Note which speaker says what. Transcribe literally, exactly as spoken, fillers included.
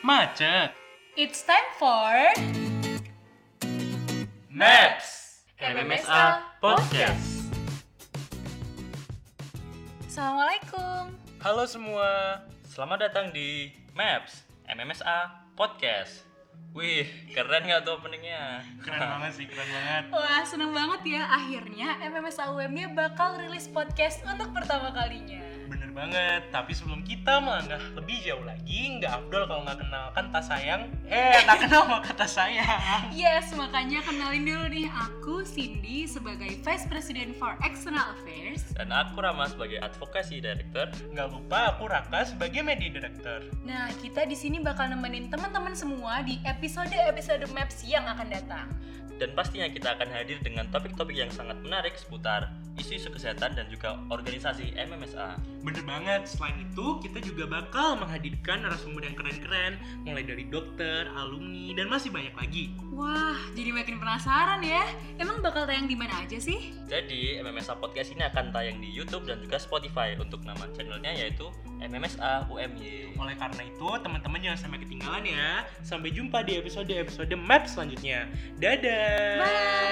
Speaker 1: Macet.
Speaker 2: It's time for
Speaker 1: Maps.
Speaker 2: M M S A Podcast. Assalamualaikum.
Speaker 1: Halo semua.
Speaker 3: Selamat datang di Maps M M S A Podcast. Wih, keren gak tuh openingnya?
Speaker 1: Keren banget sih, keren banget.
Speaker 2: Wah, seneng banget ya. Akhirnya M M S A U M Y bakal rilis podcast untuk pertama kalinya.
Speaker 1: Bener banget. Tapi sebelum kita melangkah lebih jauh lagi, nggak afdol kalau nggak kenalkan tak sayang. Eh, tak kenal maka tak sayang.
Speaker 2: Yes, makanya kenalin dulu nih. Aku Cindy sebagai Vice President for External Affairs.
Speaker 3: Dan aku Rama sebagai Advocacy Director.
Speaker 1: Nggak lupa aku Raka sebagai Media Director.
Speaker 2: Nah, kita di sini bakal nemenin teman-teman semua di episode-episode Maps yang akan datang.
Speaker 3: Dan pastinya kita akan hadir dengan topik-topik yang sangat menarik seputar isu-isu kesehatan dan juga organisasi M M S A.
Speaker 1: Bener banget. Selain itu, kita juga bakal menghadirkan narasumber yang keren-keren, mulai dari dokter, alumni, dan masih banyak lagi.
Speaker 2: Wah, jadi makin penasaran ya. Emang bakal tayang di mana aja sih?
Speaker 3: Jadi M M S A Podcast ini akan tayang di YouTube dan juga Spotify. Untuk nama channelnya yaitu M M S A U M Y.
Speaker 1: Oleh karena itu, teman-teman jangan sampai ketinggalan ya. Sampai jumpa di episode-episode Map selanjutnya. Dadah!
Speaker 2: Bye!